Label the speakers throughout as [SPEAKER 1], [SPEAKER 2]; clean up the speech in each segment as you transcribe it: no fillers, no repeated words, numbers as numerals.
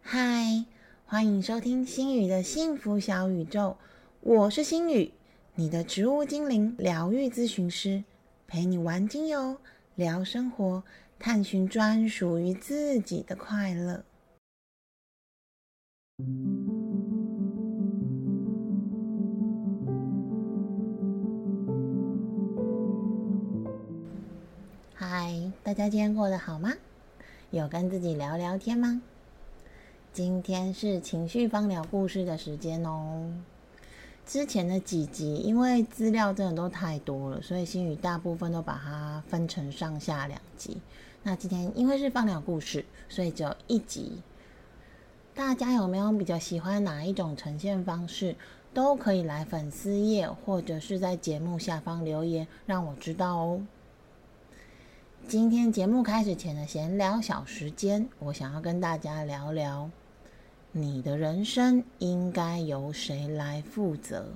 [SPEAKER 1] 嗨，欢迎收听星宇的幸福小宇宙，我是星宇，你的植物精灵疗愈咨询师，陪你玩精油，聊生活，探寻专属于自己的快乐。嗨，大家今天过得好吗？有跟自己聊聊天吗？今天是情绪芳疗故事的时间哦。之前的几集因为资料真的都太多了，所以星宇大部分都把它分成上下2集。那今天因为是芳疗故事，所以只有1集。大家有没有比较喜欢哪一种呈现方式？都可以来粉丝页或者是在节目下方留言，让我知道哦。今天节目开始前的闲聊小时间，我想要跟大家聊聊你的人生应该由谁来负责？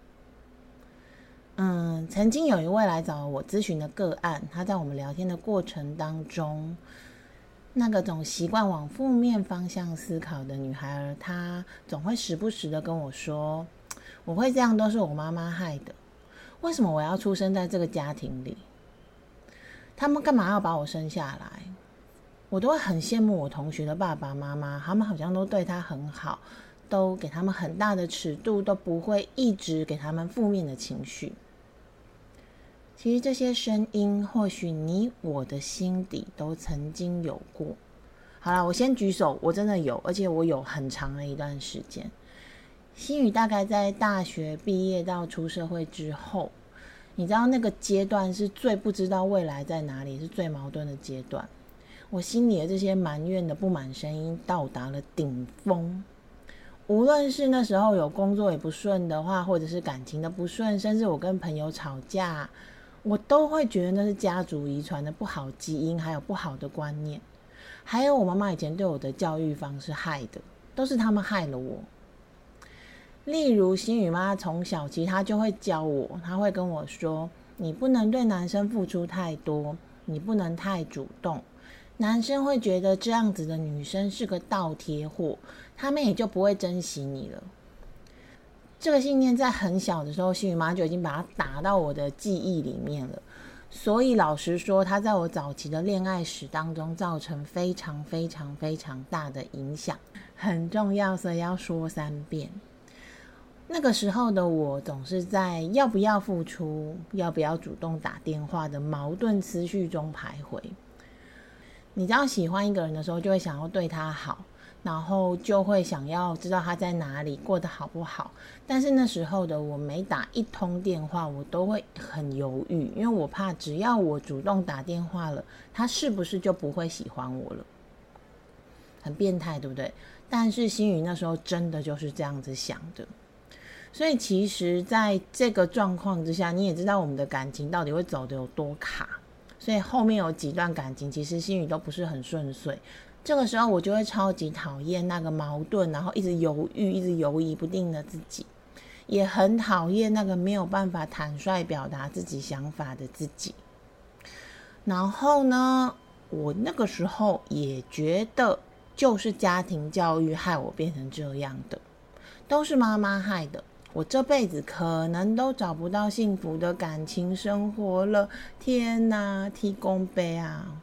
[SPEAKER 1] 曾经有一位来找我咨询的个案，他在我们聊天的过程当中，那个总习惯往负面方向思考的女孩儿，她总会时不时的跟我说，我会这样都是我妈妈害的，为什么我要出生在这个家庭里？他们干嘛要把我生下来？我都会很羡慕我同学的爸爸妈妈，他们好像都对他很好，都给他们很大的尺度，都不会一直给他们负面的情绪。其实这些声音，或许你我的心底都曾经有过。好啦，我先举手，我真的有，而且我有很长的一段时间。星宇大概在大学毕业到出社会之后，你知道那个阶段是最不知道未来在哪里，是最矛盾的阶段。我心里的这些埋怨的不满声音到达了顶峰，无论是那时候有工作也不顺的话，或者是感情的不顺，甚至我跟朋友吵架，我都会觉得那是家族遗传的不好基因，还有不好的观念，还有我妈妈以前对我的教育方式害的，都是他们害了我。例如星宇妈从小其实她就会教我，她会跟我说，你不能对男生付出太多，你不能太主动，男生会觉得这样子的女生是个倒贴货，他们也就不会珍惜你了。这个信念在很小的时候，星宇妈就已经把它打到我的记忆里面了。所以老实说，它在我早期的恋爱史当中造成非常非常非常大的影响，很重要，所以要说3遍。那个时候的我总是在要不要付出，要不要主动打电话的矛盾思绪中徘徊。你知道喜欢一个人的时候，就会想要对他好，然后就会想要知道他在哪里，过得好不好。但是那时候的我每打1通电话，我都会很犹豫，因为我怕只要我主动打电话了，他是不是就不会喜欢我了？很变态，对不对？但是星宇那时候真的就是这样子想的。所以其实在这个状况之下，你也知道我们的感情到底会走得有多卡，所以后面有几段感情其实星宇都不是很顺遂。这个时候我就会超级讨厌那个矛盾，然后一直犹豫一直犹疑不定的自己，也很讨厌那个没有办法坦率表达自己想法的自己。然后呢，我那个时候也觉得就是家庭教育害我变成这样的，都是妈妈害的，我这辈子可能都找不到幸福的感情生活了，天哪，天公伯啊！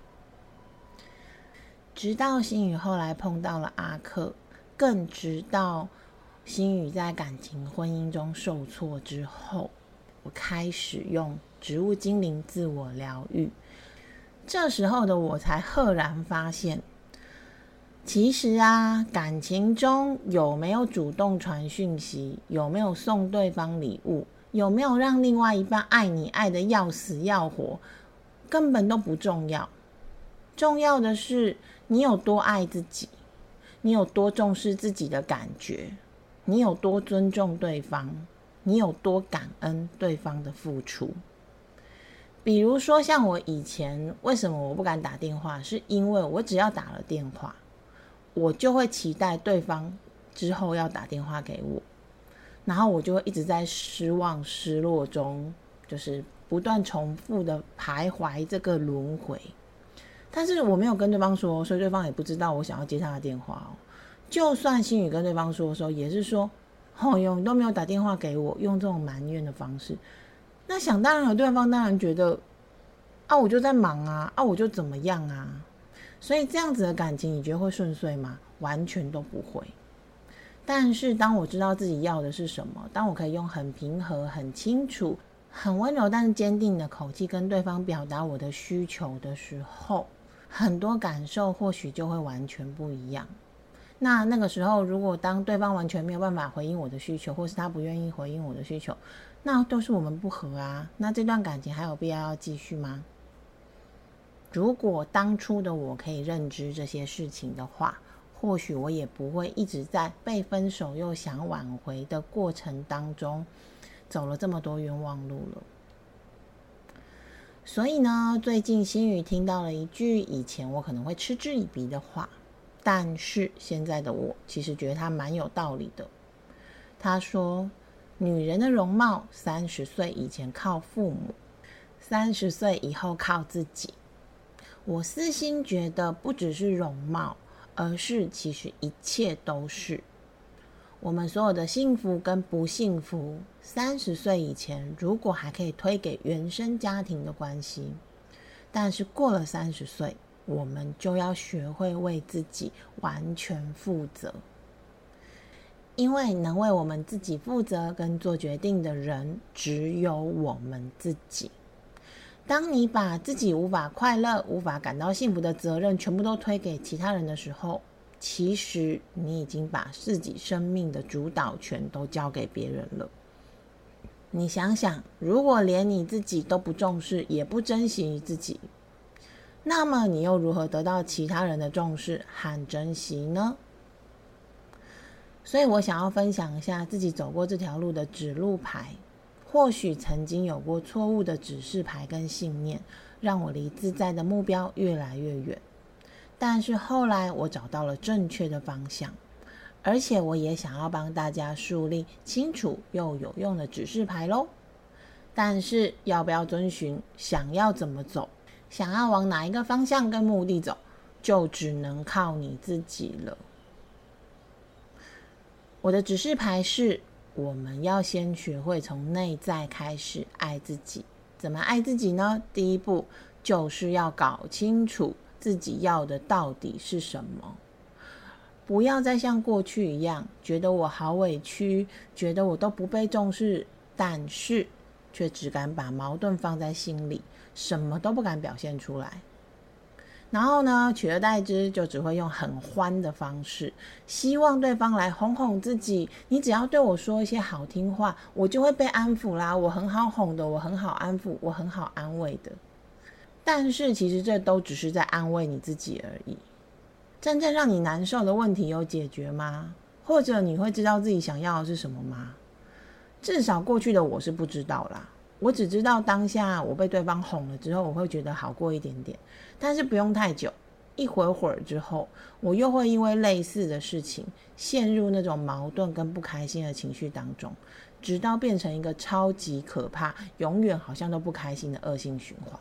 [SPEAKER 1] 直到星宇后来碰到了阿克，更直到星宇在感情婚姻中受挫之后，我开始用植物精灵自我疗愈。这时候的我才赫然发现，其实啊，感情中有没有主动传讯息，有没有送对方礼物，有没有让另外一半爱你爱得要死要活，根本都不重要。重要的是你有多爱自己，你有多重视自己的感觉，你有多尊重对方，你有多感恩对方的付出。比如说像我以前为什么我不敢打电话，是因为我只要打了电话，我就会期待对方之后要打电话给我，然后我就会一直在失望失落中，就是不断重复的徘徊这个轮回。但是我没有跟对方说，所以对方也不知道我想要接他的电话哦。 就算心语跟对方说的时候，也是说你都没有打电话给我，用这种埋怨的方式。那想当然了，对方当然觉得我就在忙啊，我就怎么样啊。所以这样子的感情你觉得会顺遂吗？完全都不会。但是当我知道自己要的是什么，当我可以用很平和、很清楚、很温柔但是坚定的口气跟对方表达我的需求的时候，很多感受或许就会完全不一样。那个时候，如果当对方完全没有办法回应我的需求，或是他不愿意回应我的需求，那都是我们不合啊。那这段感情还有必要继续吗？如果当初的我可以认知这些事情的话，或许我也不会一直在被分手又想挽回的过程当中走了这么多冤枉路了。所以呢，最近心语听到了一句以前我可能会嗤之以鼻的话，但是现在的我其实觉得他蛮有道理的。他说，女人的容貌30岁以前靠父母，30岁以后靠自己。我私心觉得不只是容貌，而是其实一切都是。我们所有的幸福跟不幸福，30岁以前如果还可以推给原生家庭的关系，但是过了30岁，我们就要学会为自己完全负责。因为能为我们自己负责跟做决定的人，只有我们自己。当你把自己无法快乐、无法感到幸福的责任全部都推给其他人的时候，其实你已经把自己生命的主导权都交给别人了。你想想，如果连你自己都不重视，也不珍惜自己，那么你又如何得到其他人的重视和珍惜呢？所以我想要分享一下自己走过这条路的指路牌。或许曾经有过错误的指示牌跟信念，让我离自在的目标越来越远。但是后来我找到了正确的方向，而且我也想要帮大家树立清楚又有用的指示牌咯。但是要不要遵循，想要怎么走，想要往哪一个方向跟目的走，就只能靠你自己了。我的指示牌是，我们要先学会从内在开始爱自己。怎么爱自己呢？第一步就是要搞清楚自己要的到底是什么。不要再像过去一样，觉得我好委屈，觉得我都不被重视，但是却只敢把矛盾放在心里，什么都不敢表现出来。然后呢，取而代之就只会用很欢的方式，希望对方来哄哄自己。你只要对我说一些好听话，我就会被安抚啦。我很好哄的，我很好安抚，我很好安慰的。但是其实这都只是在安慰你自己而已。真正让你难受的问题有解决吗？或者你会知道自己想要的是什么吗？至少过去的我是不知道啦。我只知道当下我被对方哄了之后，我会觉得好过一点点，但是不用太久，一会儿之后，我又会因为类似的事情陷入那种矛盾跟不开心的情绪当中，直到变成一个超级可怕，永远好像都不开心的恶性循环。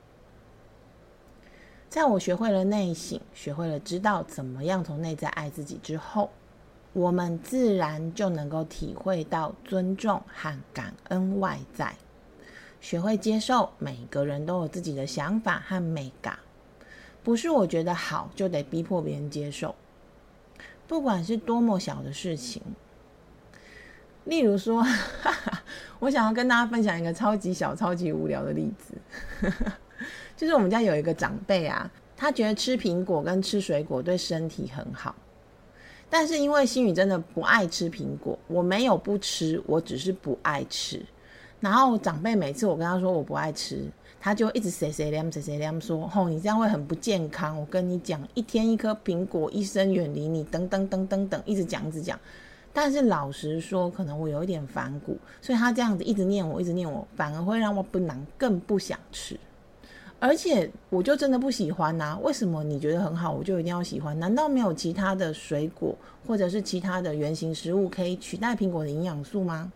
[SPEAKER 1] 在我学会了内省，学会了知道怎么样从内在爱自己之后，我们自然就能够体会到尊重和感恩外在，学会接受每个人都有自己的想法和美感，不是我觉得好就得逼迫别人接受，不管是多么小的事情。例如说我想要跟大家分享一个超级小超级无聊的例子就是我们家有一个长辈啊，他觉得吃苹果跟吃水果对身体很好，但是因为心语真的不爱吃苹果，我没有不吃，我只是不爱吃。然后长辈每次我跟他说我不爱吃，他就一直谁说你这样会很不健康，我跟你讲，1天1颗苹果，一生远离你，等等等等等，一直讲。但是老实说，可能我有一点反骨，所以他这样子一直念我，反而会让我更不想吃。而且我就真的不喜欢啊，为什么你觉得很好我就一定要喜欢？难道没有其他的水果或者是其他的原型食物可以取代苹果的营养素吗？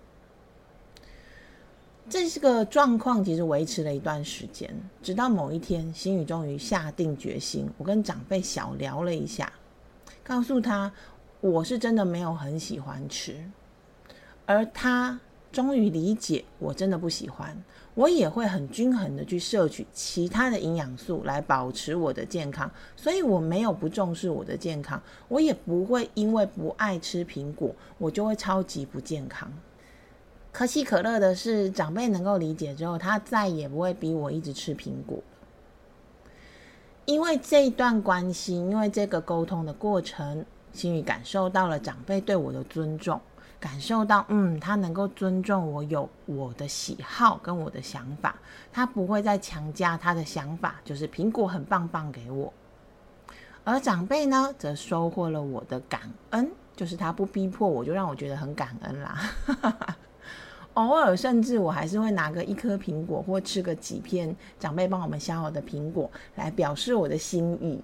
[SPEAKER 1] 这个状况其实维持了一段时间，直到某一天心语终于下定决心，我跟长辈小聊了一下，告诉他我是真的没有很喜欢吃，而他终于理解我真的不喜欢，我也会很均衡的去摄取其他的营养素来保持我的健康，所以我没有不重视我的健康，我也不会因为不爱吃苹果我就会超级不健康。可喜可乐的是，长辈能够理解之后，他再也不会逼我一直吃苹果。因为这一段关系，因为这个沟通的过程，心语感受到了长辈对我的尊重，感受到他能够尊重我有我的喜好跟我的想法，他不会再强加他的想法，就是苹果很棒棒给我。而长辈呢，则收获了我的感恩，就是他不逼迫我，就让我觉得很感恩啦。偶尔甚至我还是会拿个一颗苹果或吃个几片长辈帮我们削好的苹果来表示我的心意。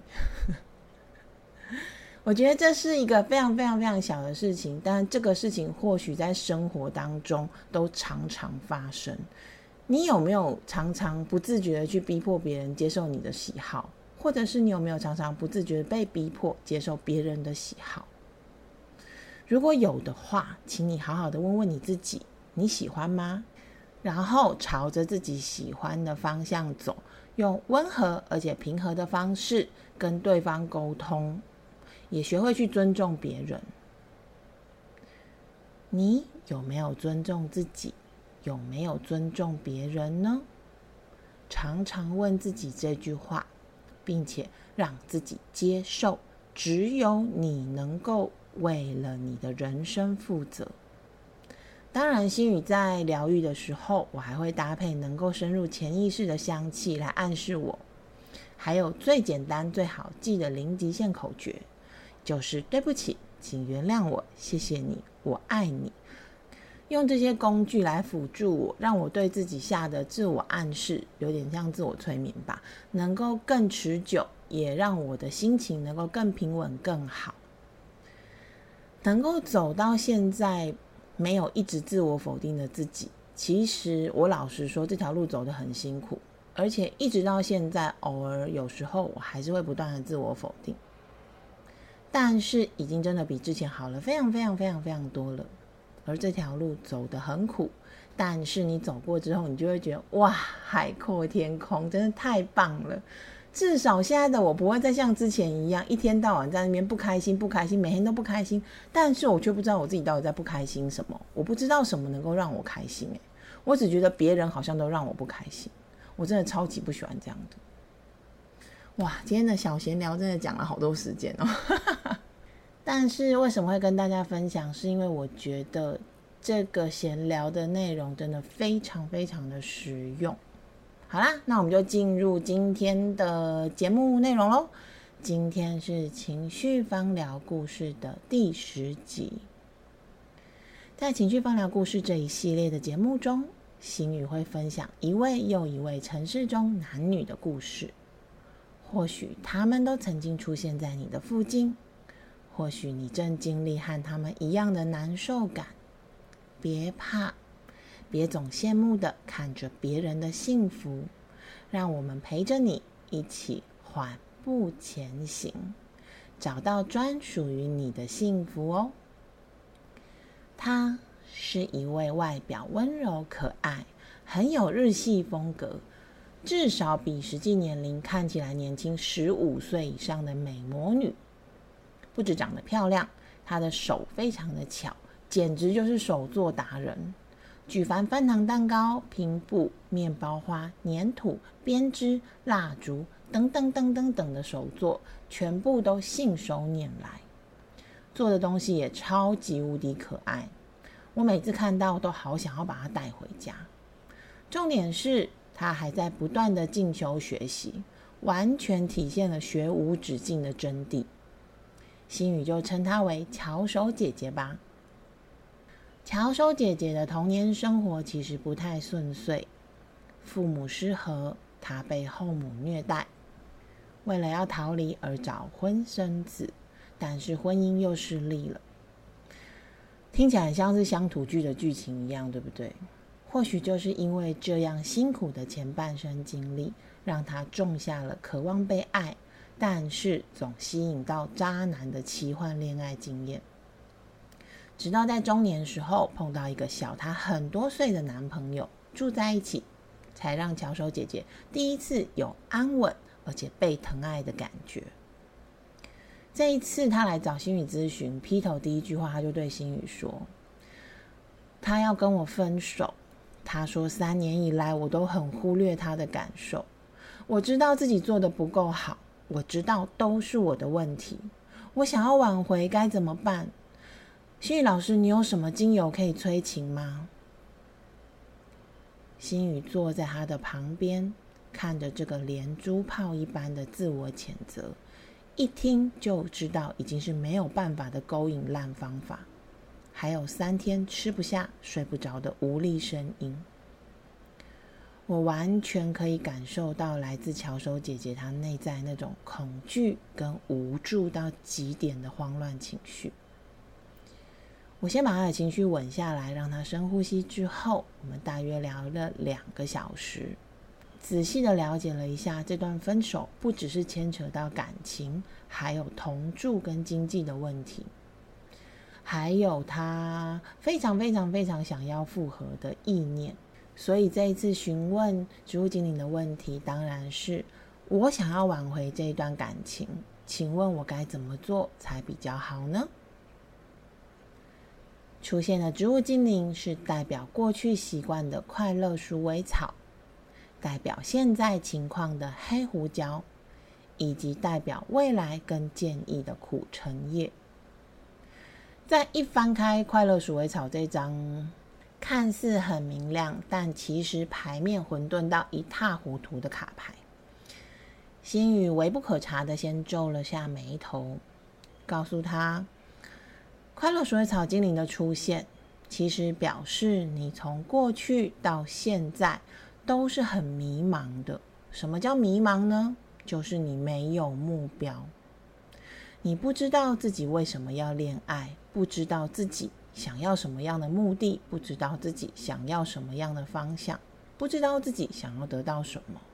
[SPEAKER 1] 我觉得这是一个非常非常非常小的事情，但这个事情或许在生活当中都常常发生。你有没有常常不自觉的去逼迫别人接受你的喜好，或者是你有没有常常不自觉的被逼迫接受别人的喜好？如果有的话，请你好好的问问你自己，你喜欢吗？然后朝着自己喜欢的方向走，用温和而且平和的方式跟对方沟通，也学会去尊重别人。你有没有尊重自己？有没有尊重别人呢？常常问自己这句话，并且让自己接受，只有你能够为了你的人生负责。当然，心语在疗愈的时候，我还会搭配能够深入潜意识的香气来暗示我，还有最简单最好记的零极限口诀，就是对不起，请原谅我，谢谢你，我爱你。用这些工具来辅助我，让我对自己下的自我暗示，有点像自我催眠吧，能够更持久，也让我的心情能够更平稳更好。能够走到现在没有一直自我否定的自己，其实我老实说这条路走得很辛苦，而且一直到现在偶尔有时候我还是会不断的自我否定，但是已经真的比之前好了非常非常非常非常多了。而这条路走得很苦，但是你走过之后，你就会觉得哇，海阔天空，真的太棒了。至少现在的我不会再像之前一样一天到晚在那边不开心，每天都不开心，但是我却不知道我自己到底在不开心什么，我不知道什么能够让我开心我只觉得别人好像都让我不开心，我真的超级不喜欢这样的。哇，今天的小闲聊真的讲了好多时间但是为什么会跟大家分享，是因为我觉得这个闲聊的内容真的非常非常的实用。好啦，那我们就进入今天的节目内容咯。今天是情绪芳疗故事的第10集。在情绪芳疗故事这一系列的节目中，心语会分享一位又一位城市中男女的故事。或许他们都曾经出现在你的附近，或许你正经历和他们一样的难受感。别怕，别总羡慕的看着别人的幸福，让我们陪着你一起缓步前行，找到专属于你的幸福哦。他是一位外表温柔可爱，很有日系风格，至少比实际年龄看起来年轻15岁以上的美魔女。不只长得漂亮，她的手非常的巧，简直就是手作达人。举凡翻糖蛋糕、拼布、面包花、粘土、编织、蜡烛等等等等等的手作，全部都信手拈来。做的东西也超级无敌可爱，我每次看到都好想要把它带回家。重点是她还在不断的进修学习，完全体现了学无止境的真谛。心语就称她为巧手姐姐吧。巧手姐姐的童年生活其实不太顺遂，父母失和，她被后母虐待，为了要逃离而早婚生子，但是婚姻又失利了。听起来很像是乡土剧的剧情一样，对不对？或许就是因为这样辛苦的前半生经历，让她种下了渴望被爱， 但是总吸引到渣男的奇幻恋爱经验。直到在中年时候碰到一个小她很多岁的男朋友，住在一起，才让巧手姐姐第一次有安稳而且被疼爱的感觉。这一次她来找星宇咨询，劈头第一句话她就对星宇说，她要跟我分手。她说3年以来我都很忽略她的感受，我知道自己做得不够好，我知道都是我的问题，我想要挽回该怎么办？星宇老师，你有什么精油可以催情吗？星宇坐在他的旁边，看着这个连珠炮一般的自我谴责，一听就知道已经是没有办法的勾引烂方法，还有3天吃不下睡不着的无力声音。我完全可以感受到来自巧手姐姐她内在那种恐惧跟无助到极点的慌乱情绪。我先把她的情绪稳下来，让她深呼吸之后，我们大约聊了2个小时，仔细的了解了一下这段分手不只是牵扯到感情，还有同住跟经济的问题，还有她非常非常非常想要复合的意念。所以这一次询问植物精灵的问题当然是，我想要挽回这一段感情，请问我该怎么做才比较好呢？出现的植物精灵是代表过去习惯的快乐鼠尾草，代表现在情况的黑胡椒，以及代表未来跟建议的苦橙叶。在一翻开快乐鼠尾草这张看似很明亮，但其实牌面混沌到一塌糊涂的卡牌，星宇微不可察的先皱了下眉头，告诉他，快乐鼠尾草精灵的出现，其实表示你从过去到现在都是很迷茫的。什么叫迷茫呢？就是你没有目标，你不知道自己为什么要恋爱，不知道自己想要什么样的目的，不知道自己想要什么样的方向，不知道自己想要得到什么。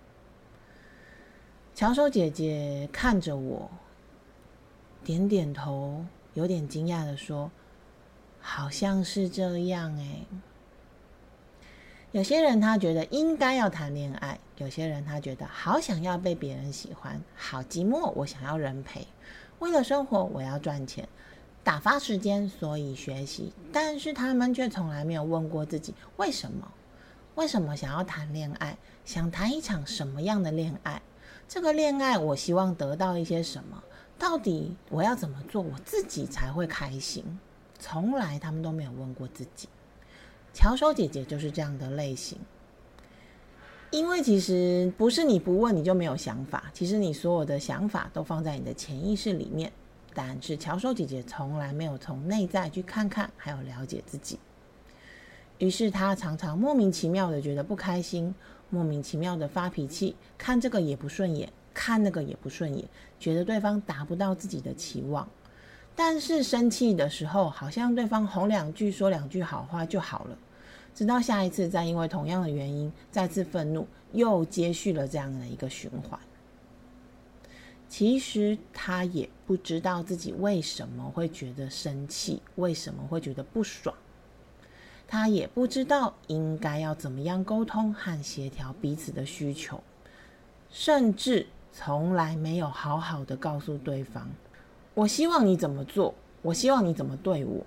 [SPEAKER 1] 巧手姐姐看着我，点点头，有点惊讶的说，好像是这样欸。有些人他觉得应该要谈恋爱，有些人他觉得好想要被别人喜欢，好寂寞，我想要人陪，为了生活我要赚钱，打发时间所以学习，但是他们却从来没有问过自己为什么想要谈恋爱，想谈一场什么样的恋爱，这个恋爱我希望得到一些什么，到底我要怎么做我自己才会开心，从来他们都没有问过自己。巧手姐姐就是这样的类型，因为其实不是你不问你就没有想法，其实你所有的想法都放在你的潜意识里面，但是巧手姐姐从来没有从内在去看看还有了解自己，于是她常常莫名其妙的觉得不开心，莫名其妙的发脾气，看这个也不顺眼，看那个也不顺眼，觉得对方达不到自己的期望，但是生气的时候好像对方哄2句说2句好话就好了，直到下一次再因为同样的原因再次愤怒，又接续了这样的一个循环。其实他也不知道自己为什么会觉得生气，为什么会觉得不爽，他也不知道应该要怎么样沟通和协调彼此的需求，甚至从来没有好好的告诉对方，我希望你怎么做，我希望你怎么对我，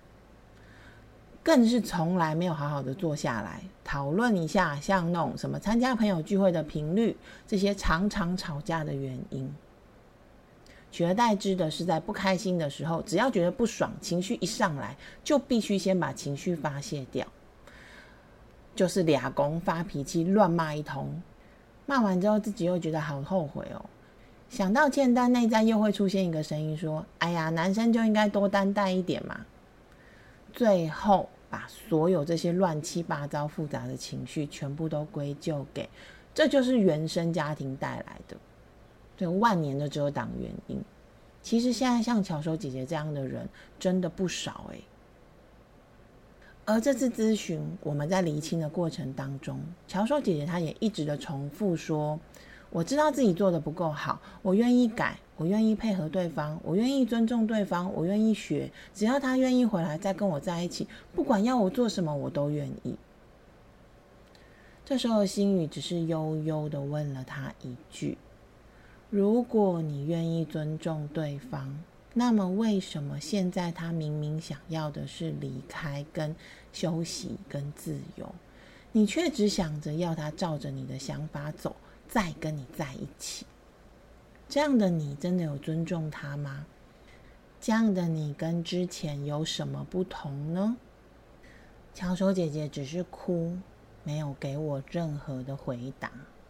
[SPEAKER 1] 更是从来没有好好的坐下来讨论一下像那种什么参加朋友聚会的频率，这些常常吵架的原因。取而代之的是在不开心的时候，只要觉得不爽，情绪一上来就必须先把情绪发泄掉，就是俩公发脾气乱骂一通，骂完之后自己又觉得好后悔哦，想道歉，但内在又会出现一个声音说，哎呀，男生就应该多担待一点嘛。最后把所有这些乱七八糟复杂的情绪全部都归咎给，这就是原生家庭带来的，对万年的遮挡原因。其实现在像巧手姐姐这样的人真的不少欸。而这次咨询我们在厘清的过程当中，巧手姐姐她也一直的重复说， 我知道自己做的不够好，我愿意改，我愿意配合对方，我愿意尊重对方，我愿意学，只要他愿意回来再跟我在一起，不管要我做什么我都愿意。这时候心语只是悠悠地问了他一句，如果你愿意尊重对方，那么为什么现在他明明想要的是离开跟休息跟自由，你却只想着要他照着你的想法走，再跟你在一起？这样的你真的有尊重他吗？这样的你跟之前有什么不同呢？巧手姐姐只是哭，没有给我任何的回答。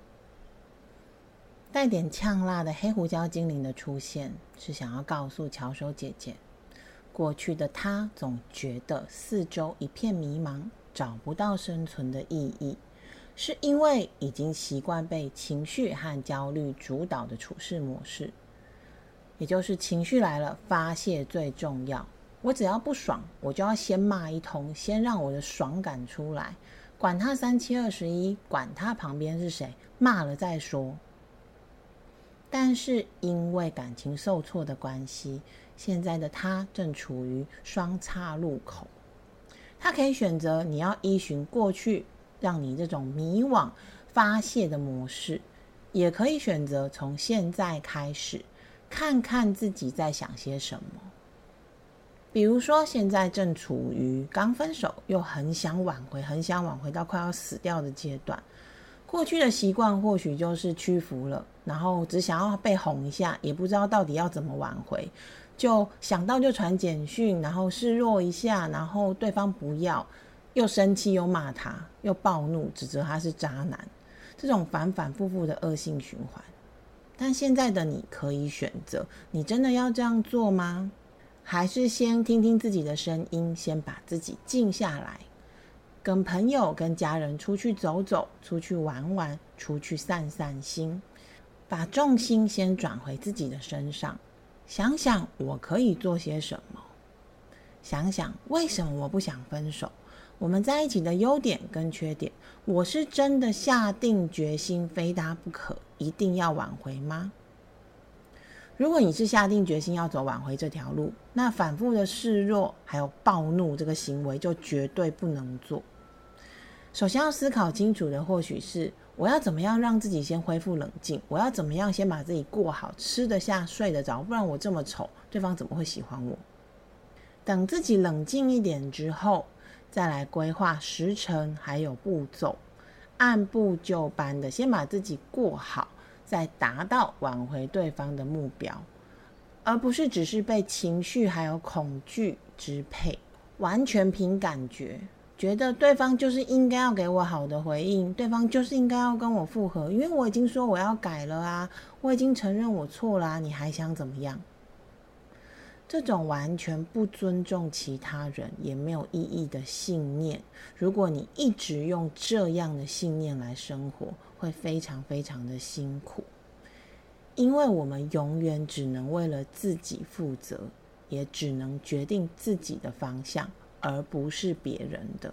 [SPEAKER 1] 带点呛辣的黑胡椒精灵的出现，是想要告诉巧手姐姐，过去的她总觉得四周一片迷茫，找不到生存的意义，是因为已经习惯被情绪和焦虑主导的处事模式，也就是情绪来了，发泄最重要。我只要不爽，我就要先骂一通，先让我的爽感出来，管他3721，管他旁边是谁，骂了再说。但是因为感情受挫的关系，现在的他正处于双岔路口。他可以选择你要依循过去让你这种迷惘发泄的模式，也可以选择从现在开始看看自己在想些什么。比如说现在正处于刚分手又很想挽回到快要死掉的阶段，过去的习惯或许就是屈服了，然后只想要被哄一下，也不知道到底要怎么挽回，就想到就传简讯，然后示弱一下，然后对方不要，又生气又骂他，又暴怒指责他是渣男，这种反反复复的恶性循环。但现在的你可以选择，你真的要这样做吗？还是先听听自己的声音，先把自己静下来，跟朋友跟家人出去走走，出去玩玩，出去散散心，把重心先转回自己的身上，想想我可以做些什么，想想为什么我不想分手，我们在一起的优点跟缺点，我是真的下定决心非他不可，一定要挽回吗？如果你是下定决心要走挽回这条路，那反复的示弱还有暴怒这个行为就绝对不能做。首先要思考清楚的或许是，我要怎么样让自己先恢复冷静，我要怎么样先把自己过好，吃得下睡得着，不然我这么丑，对方怎么会喜欢我？等自己冷静一点之后，再来规划时程还有步骤，按部就班的先把自己过好，再达到挽回对方的目标，而不是只是被情绪还有恐惧支配，完全凭感觉，觉得对方就是应该要给我好的回应，对方就是应该要跟我复合，因为我已经说我要改了啊，我已经承认我错了啊，你还想怎么样？这种完全不尊重其他人也没有意义的信念，如果你一直用这样的信念来生活，会非常非常的辛苦，因为我们永远只能为了自己负责，也只能决定自己的方向，而不是别人的。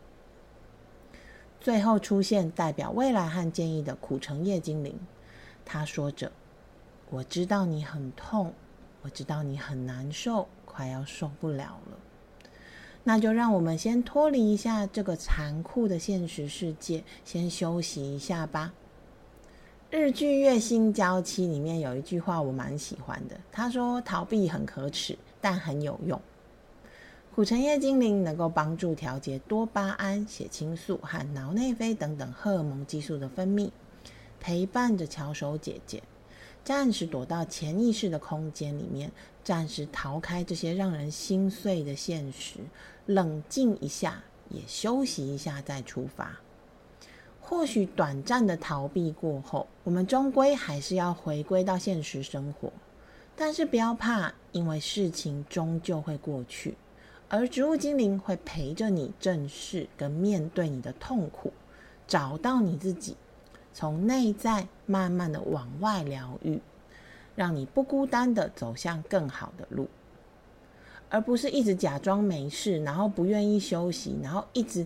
[SPEAKER 1] 最后出现代表未来和建议的苦橙叶精灵，他说着，我知道你很痛，我知道你很难受，快要受不了了，那就让我们先脱离一下这个残酷的现实世界，先休息一下吧。日剧《月薪娇妻》里面有一句话我蛮喜欢的，他说逃避很可耻，但很有用。苦橙叶精灵能够帮助调节多巴胺、血清素和脑内啡等等荷尔蒙激素的分泌，陪伴着巧手姐姐暂时躲到潜意识的空间里面，暂时逃开这些让人心碎的现实，冷静一下，也休息一下再出发。或许短暂的逃避过后，我们终归还是要回归到现实生活，但是不要怕，因为事情终究会过去，而植物精灵会陪着你正视跟面对你的痛苦，找到你自己，从内在慢慢的往外疗愈，让你不孤单的走向更好的路，而不是一直假装没事，然后不愿意休息，然后一直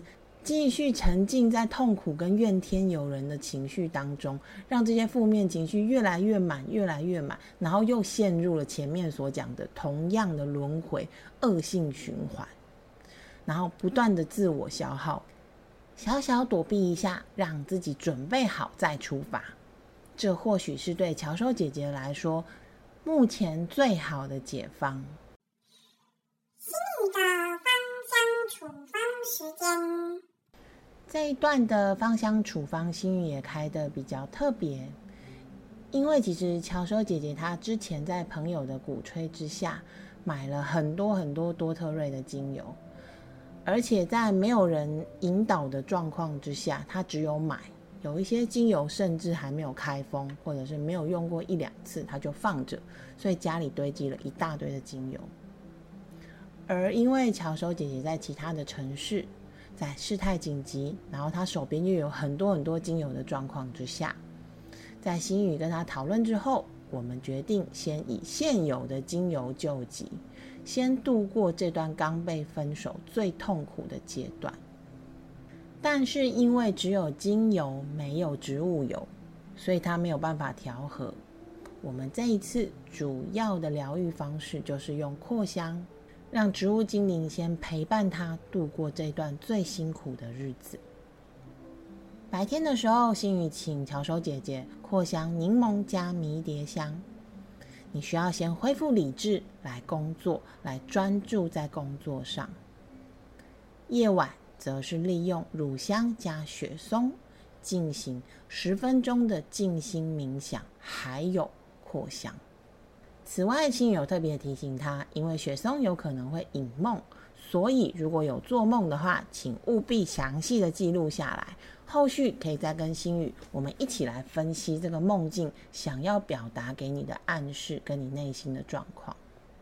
[SPEAKER 1] 继续沉浸在痛苦跟怨天尤人的情绪当中，让这些负面情绪越来越满，越来越满，然后又陷入了前面所讲的同样的轮回恶性循环，然后不断的自我消耗，小小躲避一下，让自己准备好再出发。这或许是对巧手姐姐来说目前最好的解方。
[SPEAKER 2] 心语的芳香处方时间，
[SPEAKER 1] 这一段的芳香处方心语也开得比较特别，因为其实巧手姐姐她之前在朋友的鼓吹之下买了很多很多多特瑞的精油，而且在没有人引导的状况之下，她只有买，有一些精油甚至还没有开封，或者是没有用过1-2次她就放着，所以家里堆积了一大堆的精油。而因为巧手姐姐在其他的城市，在事态紧急，然后她手边又有很多很多精油的状况之下，在心语跟她讨论之后，我们决定先以现有的精油救急，先度过这段刚被分手最痛苦的阶段。但是因为只有精油没有植物油，所以它没有办法调和。我们这一次主要的疗愈方式就是用扩香，让植物精灵先陪伴他度过这段最辛苦的日子。白天的时候，心语请巧手姐姐扩香柠檬加迷迭香。你需要先恢复理智来工作，来专注在工作上。夜晚则是利用乳香加雪松进行10分钟的静心冥想，还有扩香。此外，心语有特别提醒他，因为雪松有可能会引梦，所以如果有做梦的话，请务必详细的记录下来，后续可以再跟心语我们一起来分析这个梦境想要表达给你的暗示跟你内心的状况。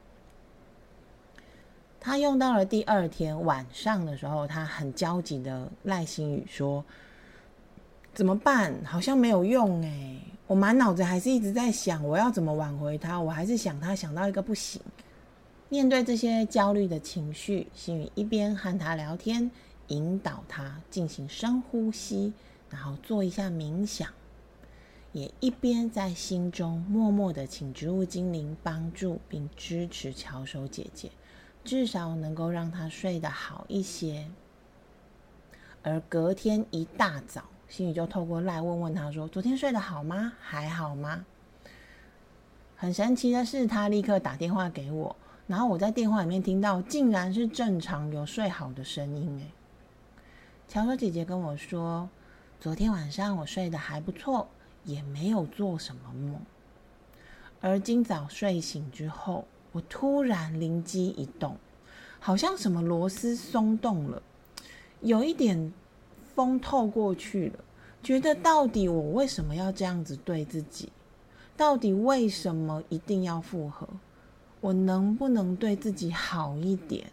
[SPEAKER 1] 他用到了第2天晚上的时候，他很焦急的赖心语说，怎么办？好像没有用耶，我满脑子还是一直在想我要怎么挽回他，我还是想他想到一个不行。面对这些焦虑的情绪，心语一边和他聊天，引导他进行深呼吸，然后做一下冥想，也一边在心中默默的请植物精灵帮助并支持巧手姐姐，至少能够让她睡得好一些。而隔天一大早，心语就透过赖问他说，昨天睡得好吗？还好吗？很神奇的是，他立刻打电话给我，然后我在电话里面听到竟然是正常有睡好的声音耶。巧手姐姐跟我说，昨天晚上我睡得还不错，也没有做什么梦。而今早睡醒之后，我突然灵机一动，好像什么螺丝松动了，有一点风透过去了，觉得到底我为什么要这样子对自己？到底为什么一定要复合？我能不能对自己好一点？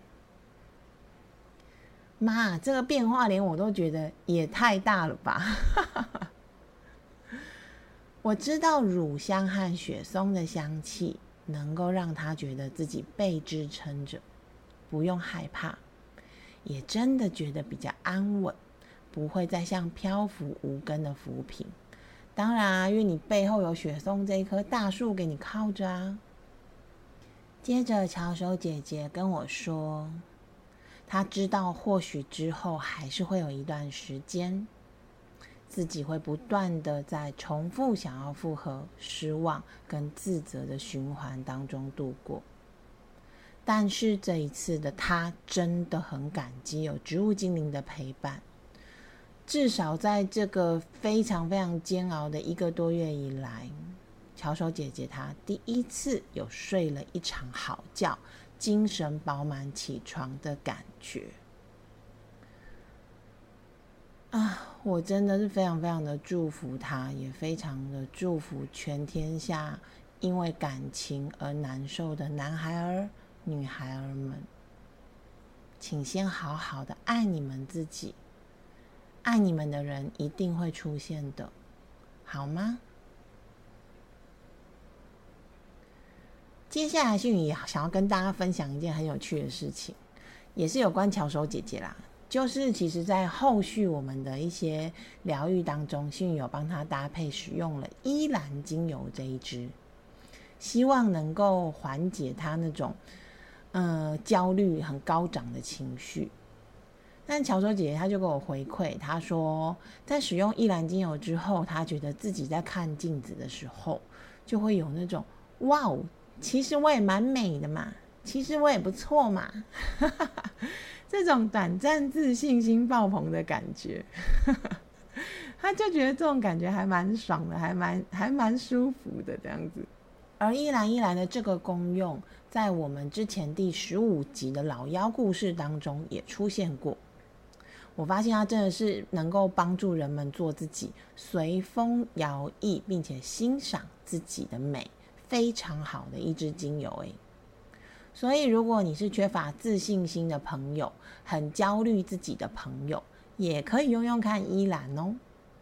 [SPEAKER 1] 妈，这个变化连我都觉得也太大了吧。我知道乳香和雪松的香气能够让他觉得自己被支撑着，不用害怕，也真的觉得比较安稳，不会再像漂浮无根的浮萍。当然啊，因为你背后有雪松这一棵大树给你靠着啊。接着巧手姐姐跟我说，她知道或许之后还是会有一段时间，自己会不断的在重复想要复合、失望跟自责的循环当中度过。但是这一次的她真的很感激有植物精灵的陪伴，至少在这个非常非常煎熬的1个多月以来，巧手姐姐她第一次有睡了一场好觉，精神饱满起床的感觉啊！我真的是非常非常的祝福她，也非常的祝福全天下因为感情而难受的男孩儿、女孩儿们，请先好好的爱你们自己，爱你们的人一定会出现的，好吗？接下来心语想要跟大家分享一件很有趣的事情，也是有关巧手姐姐啦。 就是其实在后续我们的一些疗愈当中，幸运有帮他搭配使用了依兰精油这一支，希望能够缓解他那种焦虑很高涨的情绪。但乔妞姐姐她就给我回馈，她说在使用依兰精油之后，她觉得自己在看镜子的时候就会有那种哇哦，其实我也蛮美的嘛，其实我也不错嘛这种短暂自信心爆棚的感觉他就觉得这种感觉还蛮爽的，还蛮舒服的这样子。而依兰的这个功用在我们之前第15集的老妖故事当中也出现过，我发现它真的是能够帮助人们做自己，随风摇曳，并且欣赏自己的美，非常好的一支精油耶。所以如果你是缺乏自信心的朋友，很焦虑自己的朋友，也可以用用看依兰哦。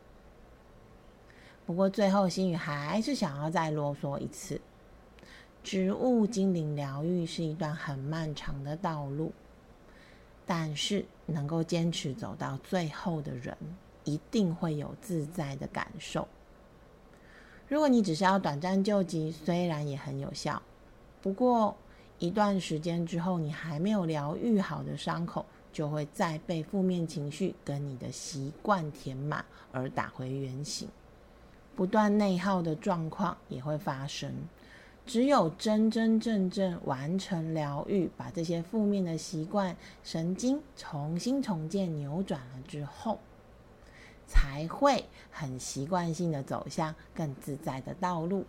[SPEAKER 1] 不过最后心语还是想要再啰嗦一次，植物精灵疗愈是一段很漫长的道路，但是能够坚持走到最后的人，一定会有自在的感受。如果你只是要短暂救急，虽然也很有效，不过一段时间之后，你还没有疗愈好的伤口，就会再被负面情绪跟你的习惯填满而打回原形，不断内耗的状况也会发生。只有真正完成疗愈，把这些负面的习惯神经重新重建扭转了之后，才会很习惯性的走向更自在的道路。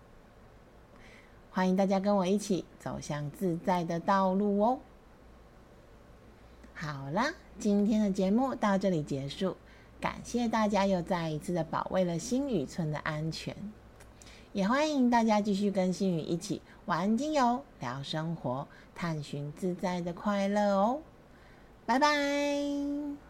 [SPEAKER 1] 欢迎大家跟我一起走向自在的道路哦。好啦，今天的节目到这里结束，感谢大家又再一次的保卫了星宇村的安全，也欢迎大家继续跟星宇一起玩精油、聊生活，探寻自在的快乐哦。拜拜。